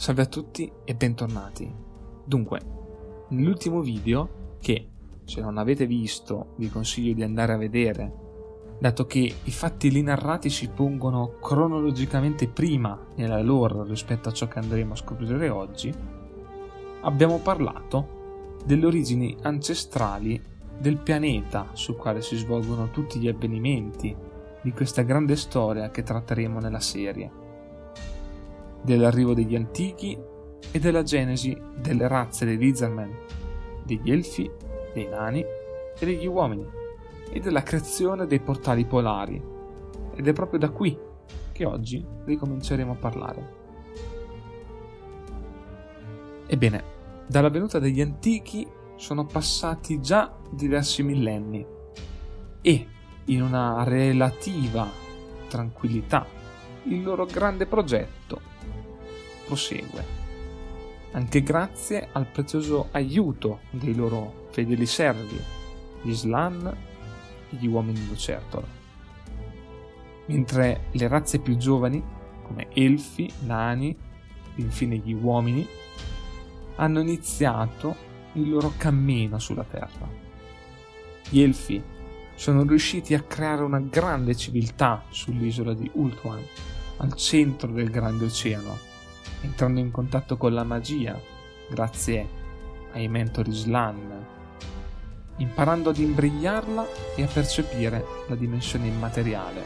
Salve a tutti e bentornati. Dunque, nell'ultimo video, che se non avete visto vi consiglio di andare a vedere, dato che i fatti lì narrati si pongono cronologicamente prima nella lore rispetto a ciò che andremo a scoprire oggi, abbiamo parlato delle origini ancestrali del pianeta sul quale si svolgono tutti gli avvenimenti di questa grande storia che tratteremo nella serie, dell'arrivo degli antichi e della genesi delle razze dei Lizardmen, degli elfi, dei nani e degli uomini, e della creazione dei portali polari. Ed è proprio da qui che oggi ricominceremo a parlare. Ebbene, dalla venuta degli antichi sono passati già diversi millenni e, in una relativa tranquillità, il loro grande progetto prosegue, anche grazie al prezioso aiuto dei loro fedeli servi, gli Slann e gli uomini lucertola. Mentre le razze più giovani, come elfi, nani e infine gli uomini, hanno iniziato il loro cammino sulla Terra. Gli elfi sono riusciti a creare una grande civiltà sull'isola di Ulthuan, al centro del grande oceano, entrando in contatto con la magia grazie ai mentori Slann, imparando ad imbrigliarla e a percepire la dimensione immateriale.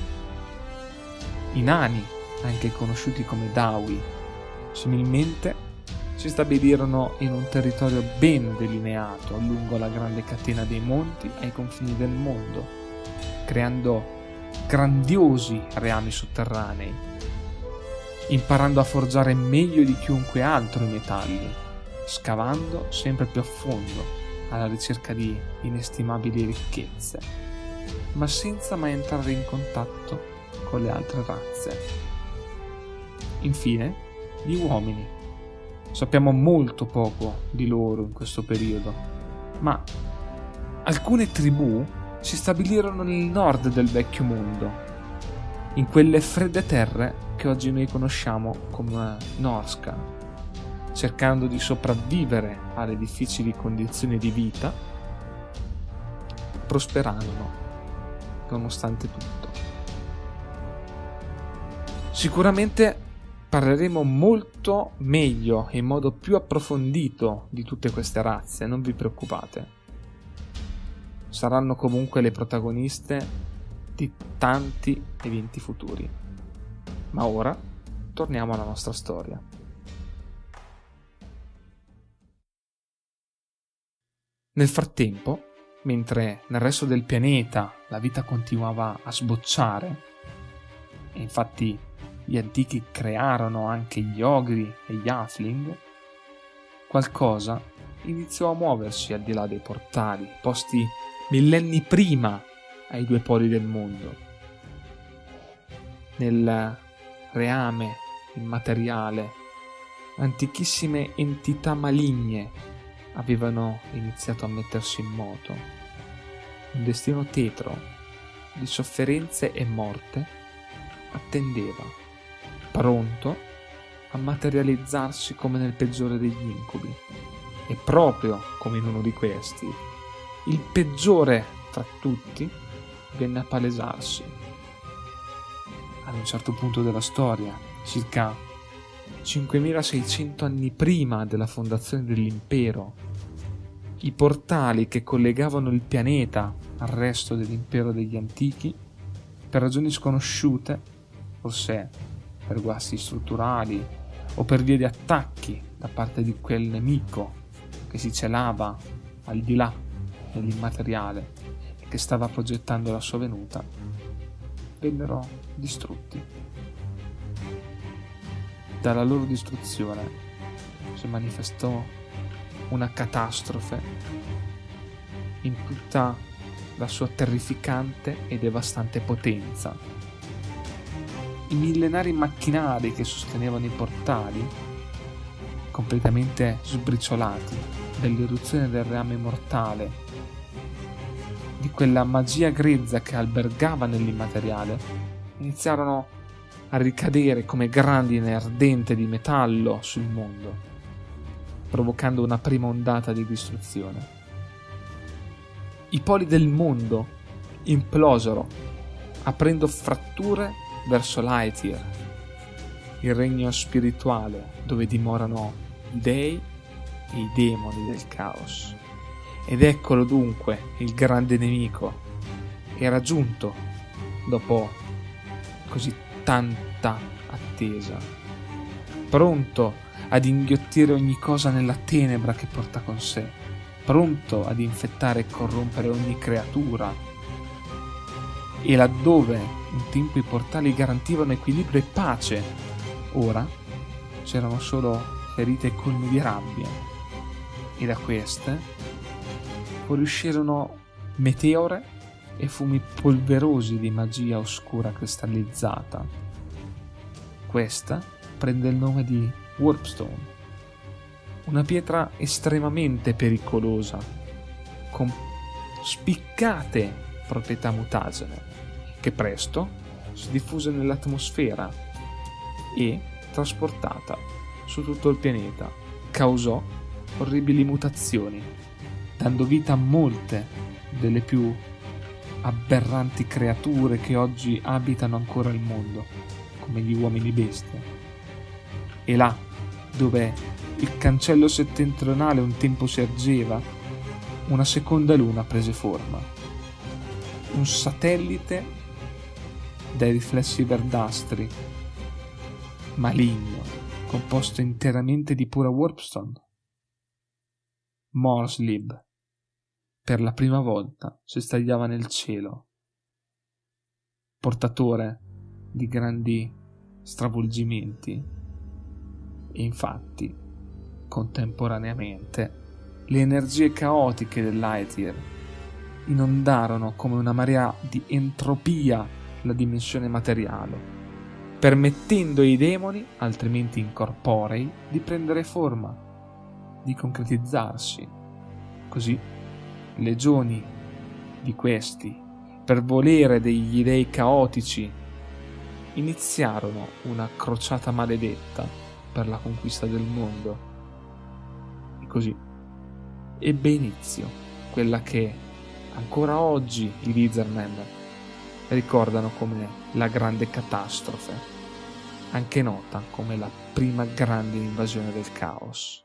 I nani, anche conosciuti come Dawi, similmente si stabilirono in un territorio ben delineato lungo la grande catena dei monti ai confini del mondo, creando grandiosi reami sotterranei, imparando a forgiare meglio di chiunque altro i metalli, scavando sempre più a fondo alla ricerca di inestimabili ricchezze, ma senza mai entrare in contatto con le altre razze. Infine, gli uomini. Sappiamo molto poco di loro in questo periodo, ma alcune tribù si stabilirono nel nord del vecchio mondo, in quelle fredde terre che oggi noi conosciamo come Norsca, cercando di sopravvivere alle difficili condizioni di vita, prosperarono nonostante tutto. Sicuramente parleremo molto meglio e in modo più approfondito di tutte queste razze, non vi preoccupate. Saranno comunque le protagoniste di tanti eventi futuri. Ma ora torniamo alla nostra storia. Nel frattempo, mentre nel resto del pianeta la vita continuava a sbocciare, e infatti gli antichi crearono anche gli ogri e gli halfling, qualcosa iniziò a muoversi al di là dei portali, posti millenni prima ai due poli del mondo. Nel reame immateriale, antichissime entità maligne avevano iniziato a mettersi in moto. Un destino tetro di sofferenze e morte attendeva, pronto a materializzarsi come nel peggiore degli incubi. E proprio come in uno di questi, il peggiore tra tutti venne a palesarsi. Ad un certo punto della storia, circa 5600 anni prima della fondazione dell'impero, i portali che collegavano il pianeta al resto dell'impero degli antichi, per ragioni sconosciute, forse per guasti strutturali o per via di attacchi da parte di quel nemico che si celava al di là dell'immateriale e che stava progettando la sua venuta, vennero distrutti. Dalla loro distruzione si manifestò una catastrofe in tutta la sua terrificante e devastante potenza. I millenari macchinari che sostenevano i portali, completamente sbriciolati dall'irruzione del reame mortale, di quella magia grezza che albergava nell'immateriale, iniziarono a ricadere come grandine ardente di metallo sul mondo, provocando una prima ondata di distruzione. I poli del mondo implosero, aprendo fratture verso l'Aether, il regno spirituale dove dimorano i dei e i demoni del caos. Ed eccolo dunque il grande nemico, era giunto dopo così tanta attesa, pronto ad inghiottire ogni cosa nella tenebra che porta con sé, pronto ad infettare e corrompere ogni creatura. E laddove un tempo i portali garantivano equilibrio e pace, ora c'erano solo ferite e colmi di rabbia, e da queste fuoriuscirono meteore e fumi polverosi di magia oscura cristallizzata. Questa prende il nome di Warpstone, una pietra estremamente pericolosa, con spiccate proprietà mutagene, che presto si diffuse nell'atmosfera e, trasportata su tutto il pianeta, causò orribili mutazioni, dando vita a molte delle più aberranti creature che oggi abitano ancora il mondo, come gli uomini bestie. E là, dove il cancello settentrionale un tempo si ergeva, una seconda luna prese forma. Un satellite dai riflessi verdastri, maligno, composto interamente di pura warpstone. Morslib per la prima volta si stagliava nel cielo, portatore di grandi stravolgimenti, e infatti, contemporaneamente, le energie caotiche dell'Aether inondarono come una marea di entropia la dimensione materiale, permettendo ai demoni, altrimenti incorporei, di prendere forma, di concretizzarsi. Così legioni di questi, per volere degli dei caotici, iniziarono una crociata maledetta per la conquista del mondo. E così ebbe inizio quella che ancora oggi i Lizardmen ricordano come la grande catastrofe, anche nota come la prima grande invasione del caos.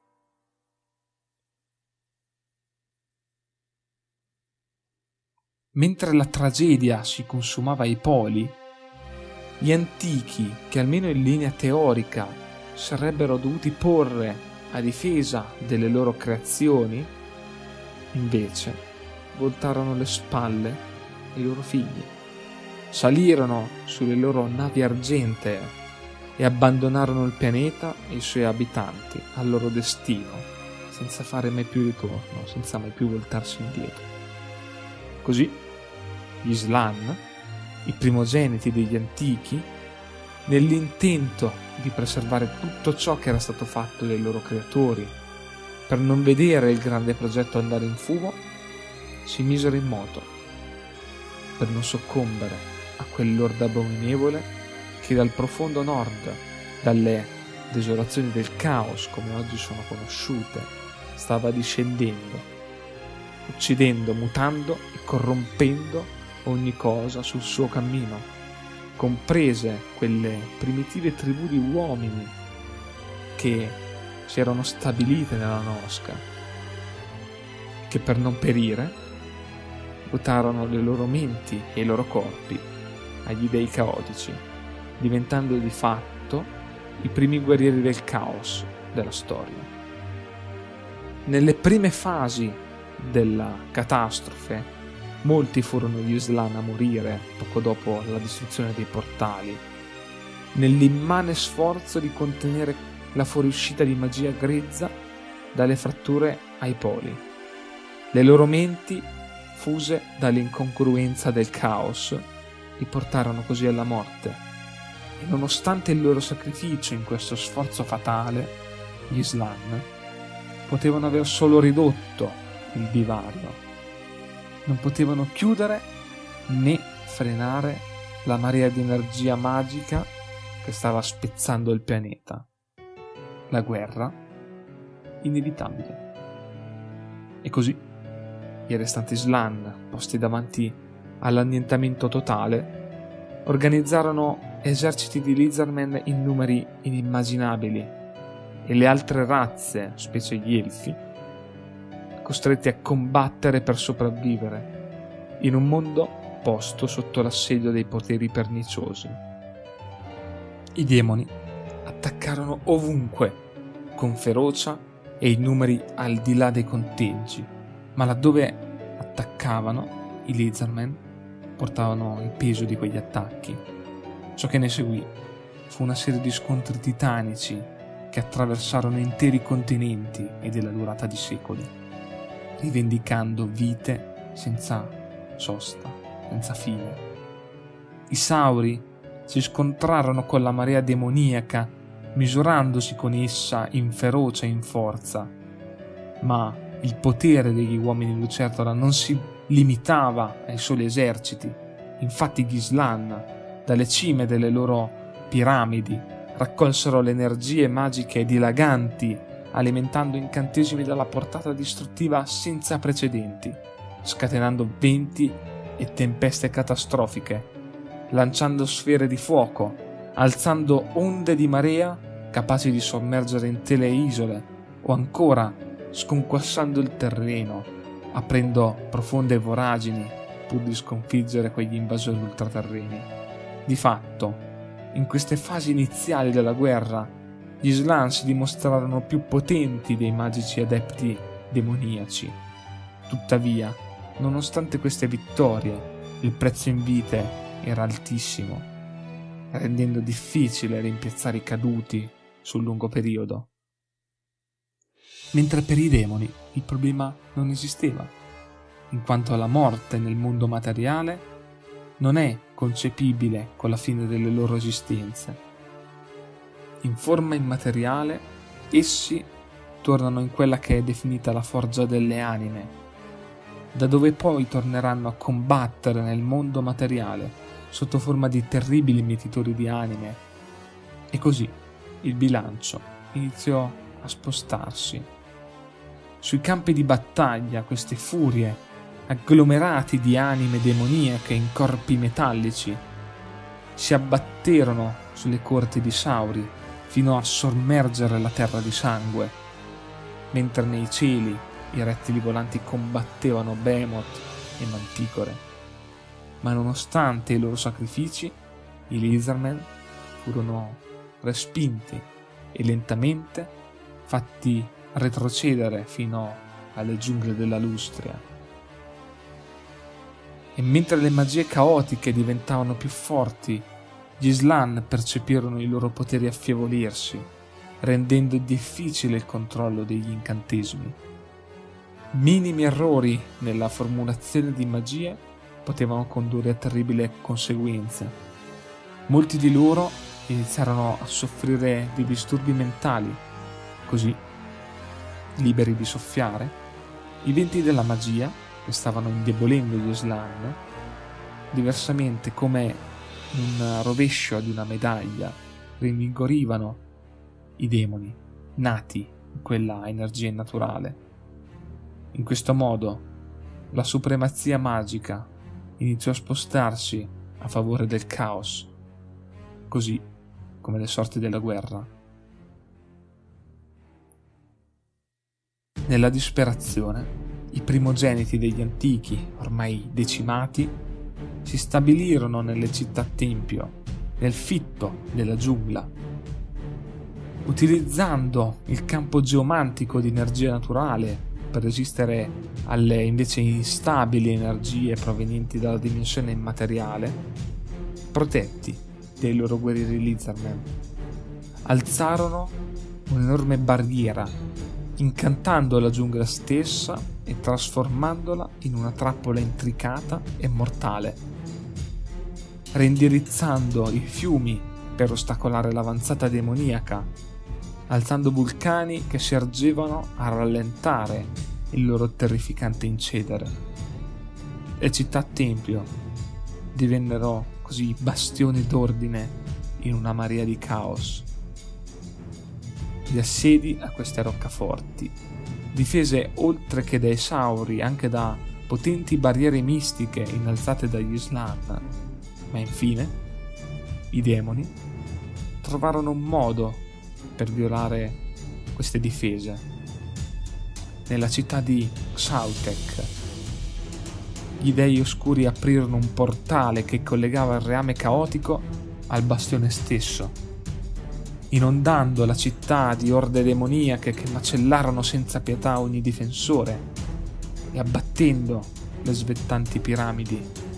Mentre la tragedia si consumava ai poli, gli antichi, che almeno in linea teorica sarebbero dovuti porre a difesa delle loro creazioni, invece voltarono le spalle ai loro figli, salirono sulle loro navi argentee e abbandonarono il pianeta e i suoi abitanti al loro destino, senza fare mai più ritorno, senza mai più voltarsi indietro. Così gli Slann, i primogeniti degli antichi, nell'intento di preservare tutto ciò che era stato fatto dai loro creatori, per non vedere il grande progetto andare in fumo, si misero in moto, per non soccombere a quell'orda abominevole che dal profondo nord, dalle desolazioni del caos come oggi sono conosciute, stava discendendo, uccidendo, mutando e corrompendo ogni cosa sul suo cammino, comprese quelle primitive tribù di uomini che si erano stabilite nella Nosca, che per non perire votarono le loro menti e i loro corpi agli dei caotici, diventando di fatto i primi guerrieri del caos della storia. Nelle prime fasi della catastrofe molti furono gli Slann a morire poco dopo la distruzione dei portali, nell'immane sforzo di contenere la fuoriuscita di magia grezza dalle fratture ai poli. Le loro menti, fuse dall'incongruenza del caos, li portarono così alla morte, e nonostante il loro sacrificio in questo sforzo fatale, gli Slann potevano aver solo ridotto il divario. Non potevano chiudere né frenare la marea di energia magica che stava spezzando il pianeta. La guerra inevitabile. E così i restanti Slann, posti davanti all'annientamento totale, organizzarono eserciti di Lizardmen in numeri inimmaginabili e le altre razze, specie gli Elfi, costretti a combattere per sopravvivere in un mondo posto sotto l'assedio dei poteri perniciosi. I demoni attaccarono ovunque con ferocia e in numeri al di là dei conteggi, ma laddove attaccavano i Lizardmen portavano il peso di quegli attacchi. Ciò che ne seguì fu una serie di scontri titanici che attraversarono interi continenti e della durata di secoli, rivendicando vite senza sosta, senza fine. I Sauri si scontrarono con la marea demoniaca, misurandosi con essa in ferocia e in forza, ma il potere degli uomini lucertola non si limitava ai soli eserciti. Infatti gli Slann, dalle cime delle loro piramidi, raccolsero le energie magiche dilaganti, alimentando incantesimi dalla portata distruttiva senza precedenti, scatenando venti e tempeste catastrofiche, lanciando sfere di fuoco, alzando onde di marea capaci di sommergere intere isole, o ancora sconquassando il terreno, aprendo profonde voragini pur di sconfiggere quegli invasori ultraterreni. Di fatto, in queste fasi iniziali della guerra, gli Slann si dimostrarono più potenti dei magici adepti demoniaci. Tuttavia, nonostante queste vittorie, il prezzo in vite era altissimo, rendendo difficile rimpiazzare i caduti sul lungo periodo. Mentre per i demoni il problema non esisteva, in quanto la morte nel mondo materiale non è concepibile con la fine delle loro esistenze. In forma immateriale, essi tornano in quella che è definita la forgia delle anime, da dove poi torneranno a combattere nel mondo materiale sotto forma di terribili mietitori di anime. E così il bilancio iniziò a spostarsi. Sui campi di battaglia queste furie, agglomerati di anime demoniache in corpi metallici, si abbatterono sulle corti di Sauri fino a sommergere la terra di sangue, mentre nei cieli i rettili volanti combattevano Behemoth e Manticore. Ma nonostante i loro sacrifici, i Lizardmen furono respinti e lentamente fatti retrocedere fino alle giungle della Lustria. E mentre le magie caotiche diventavano più forti, gli Slann percepirono i loro poteri affievolirsi, rendendo difficile il controllo degli incantesimi. Minimi errori nella formulazione di magie potevano condurre a terribili conseguenze. Molti di loro iniziarono a soffrire di disturbi mentali. Così, liberi di soffiare, i venti della magia che stavano indebolendo gli Slann, diversamente come un rovescio di una medaglia, rinvigorivano i demoni nati in quella energia innaturale. In questo modo la supremazia magica iniziò a spostarsi a favore del caos, così come le sorti della guerra. Nella disperazione, i primogeniti degli antichi, ormai decimati, si stabilirono nelle città-tempio, nel fitto della giungla. Utilizzando il campo geomantico di energia naturale per resistere alle invece instabili energie provenienti dalla dimensione immateriale, protetti dai loro guerrieri Lizardmen, alzarono un'enorme barriera, incantando la giungla stessa e trasformandola in una trappola intricata e mortale, reindirizzando i fiumi per ostacolare l'avanzata demoniaca, alzando vulcani che si ergevano a rallentare il loro terrificante incedere. Le città-tempio divennero così bastioni d'ordine in una marea di caos. Gli assedi a queste roccaforti, difese oltre che da esauri anche da potenti barriere mistiche innalzate dagli Slann, ma infine i demoni trovarono un modo per violare queste difese. Nella città di Xautek gli dei oscuri aprirono un portale che collegava il reame caotico al bastione stesso, inondando la città di orde demoniache che macellarono senza pietà ogni difensore e abbattendo le svettanti piramidi.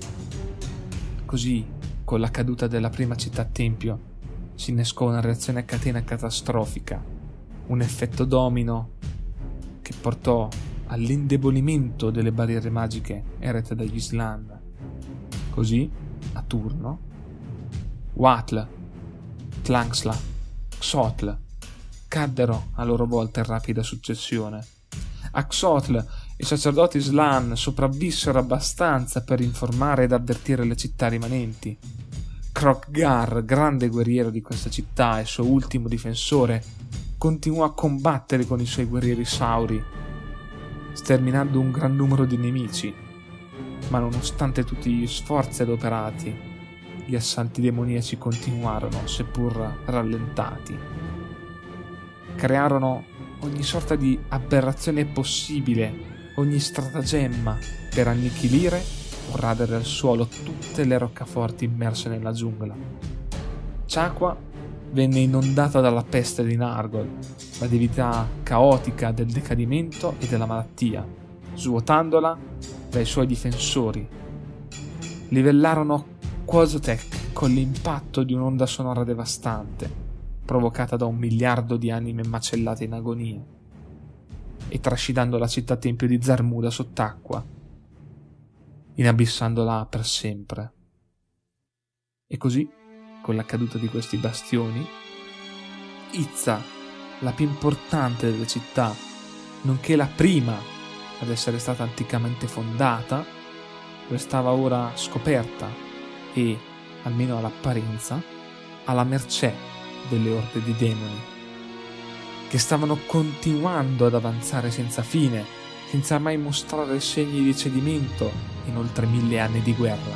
Così, con la caduta della prima città-tempio, si innescò una reazione a catena catastrofica, un effetto domino che portò all'indebolimento delle barriere magiche erette dagli Slann. Così, a turno, Huatl, Tlangsla, Xotl caddero a loro volta in rapida successione. A Xotl i sacerdoti Slann sopravvissero abbastanza per informare ed avvertire le città rimanenti. Krokgar, grande guerriero di questa città e suo ultimo difensore, continuò a combattere con i suoi guerrieri sauri, sterminando un gran numero di nemici, ma nonostante tutti gli sforzi adoperati, gli assalti demoniaci continuarono, seppur rallentati. Crearono ogni sorta di aberrazione possibile, ogni stratagemma per annichilire o radere al suolo tutte le roccaforti immerse nella giungla. Chaqua venne inondata dalla peste di Nargol, la divinità caotica del decadimento e della malattia, svuotandola dai suoi difensori. Livellarono Quozotek con l'impatto di un'onda sonora devastante, provocata da 1 miliardo di anime macellate in agonia, e trascinando la città-tempio di Zarmuda sott'acqua, inabissandola per sempre. E così, con la caduta di questi bastioni, Izza, la più importante delle città, nonché la prima ad essere stata anticamente fondata, restava ora scoperta e, almeno all'apparenza, alla mercé delle orde di demoni, che stavano continuando ad avanzare senza fine, senza mai mostrare segni di cedimento in oltre 1000 anni di guerra.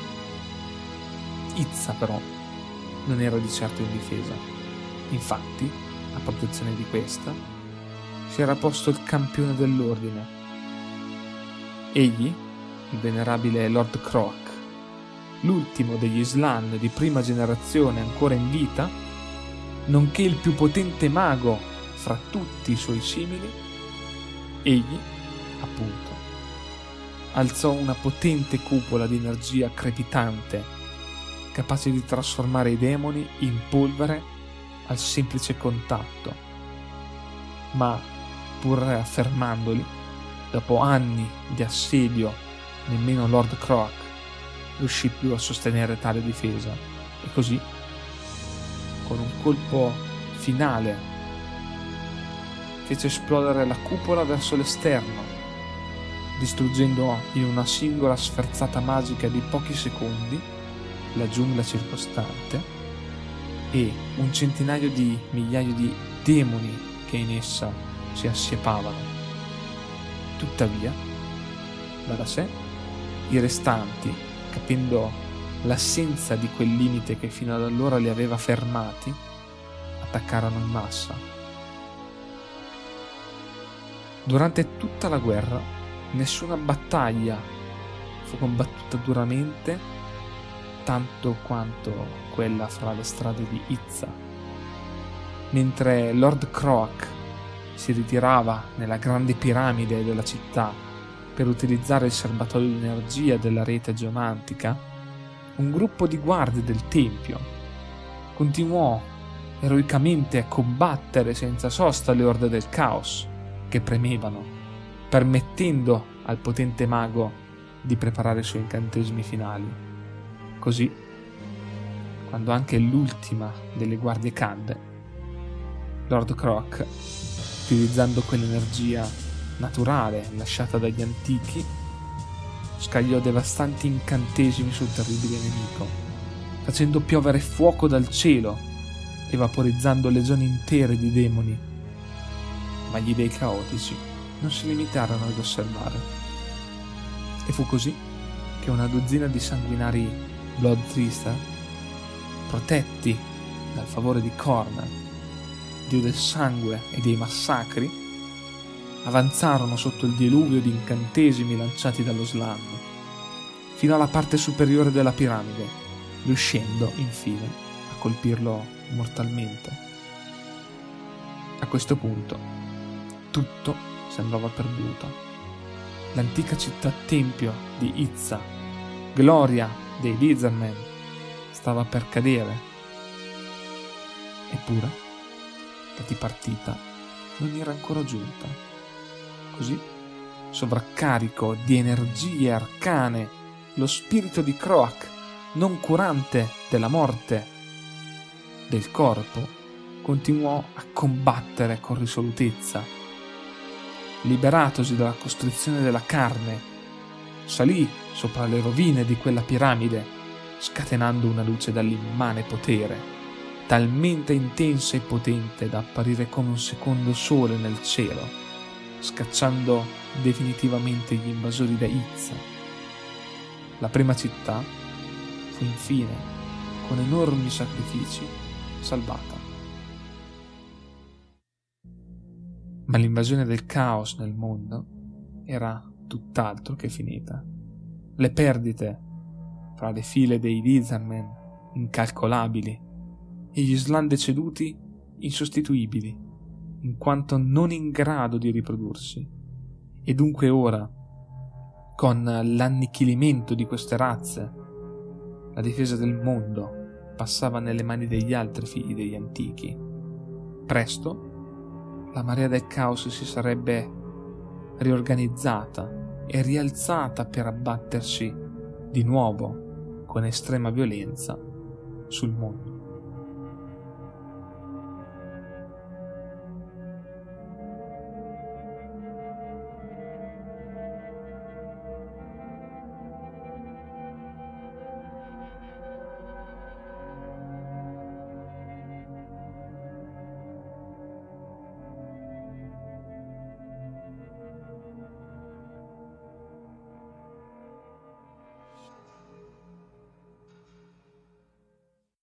Izza, però, non era di certo indifesa. Infatti, a protezione di questa, si era posto il campione dell'ordine. Egli, il venerabile Lord Croak, l'ultimo degli Slann di prima generazione ancora in vita, nonché il più potente mago fra tutti i suoi simili, egli, appunto, alzò una potente cupola di energia crepitante, capace di trasformare i demoni in polvere al semplice contatto, ma pur affermandoli, dopo anni di assedio, nemmeno Lord Croak riuscì più a sostenere tale difesa, e così, con un colpo finale, fece esplodere la cupola verso l'esterno, distruggendo in una singola sferzata magica di pochi secondi la giungla circostante e un centinaio di migliaia di demoni che in essa si assiepavano. Tuttavia, va da sé, i restanti, capendo l'assenza di quel limite che fino ad allora li aveva fermati, attaccarono in massa. Durante tutta la guerra, nessuna battaglia fu combattuta duramente tanto quanto quella fra le strade di Izza. Mentre Lord Croak si ritirava nella grande piramide della città per utilizzare il serbatoio di energia della rete geomantica, un gruppo di guardie del tempio continuò eroicamente a combattere senza sosta le orde del caos che premevano, permettendo al potente mago di preparare i suoi incantesimi finali. Così, quando anche l'ultima delle guardie cadde, Lord Croak, utilizzando quell'energia naturale lasciata dagli antichi, scagliò devastanti incantesimi sul terribile nemico facendo piovere fuoco dal cielo e vaporizzando legioni intere di demoni. Ma gli dei caotici non si limitarono ad osservare. E fu così che una dozzina di sanguinari Bloodthirster, protetti dal favore di Khorne, dio del sangue e dei massacri, avanzarono sotto il diluvio di incantesimi lanciati dallo Slann, fino alla parte superiore della piramide, riuscendo, infine, a colpirlo mortalmente. A questo punto, tutto sembrava perduto. L'antica città-tempio di Izza, gloria dei Lizardmen, stava per cadere. Eppure, la dipartita non era ancora giunta. Così, sovraccarico di energie arcane, lo spirito di Croak, non curante della morte del corpo, continuò a combattere con risolutezza. Liberatosi dalla costrizione della carne, salì sopra le rovine di quella piramide, scatenando una luce dall'immane potere, talmente intensa e potente da apparire come un secondo sole nel cielo, scacciando definitivamente gli invasori da Izza. La prima città fu infine, con enormi sacrifici, salvata. Ma l'invasione del caos nel mondo era tutt'altro che finita. Le perdite fra le file dei Lizardmen incalcolabili e gli Slann deceduti insostituibili, in quanto non in grado di riprodursi. E dunque ora, con l'annichilimento di queste razze, la difesa del mondo passava nelle mani degli altri figli degli antichi. Presto la marea del caos si sarebbe riorganizzata e rialzata per abbattersi di nuovo con estrema violenza sul mondo.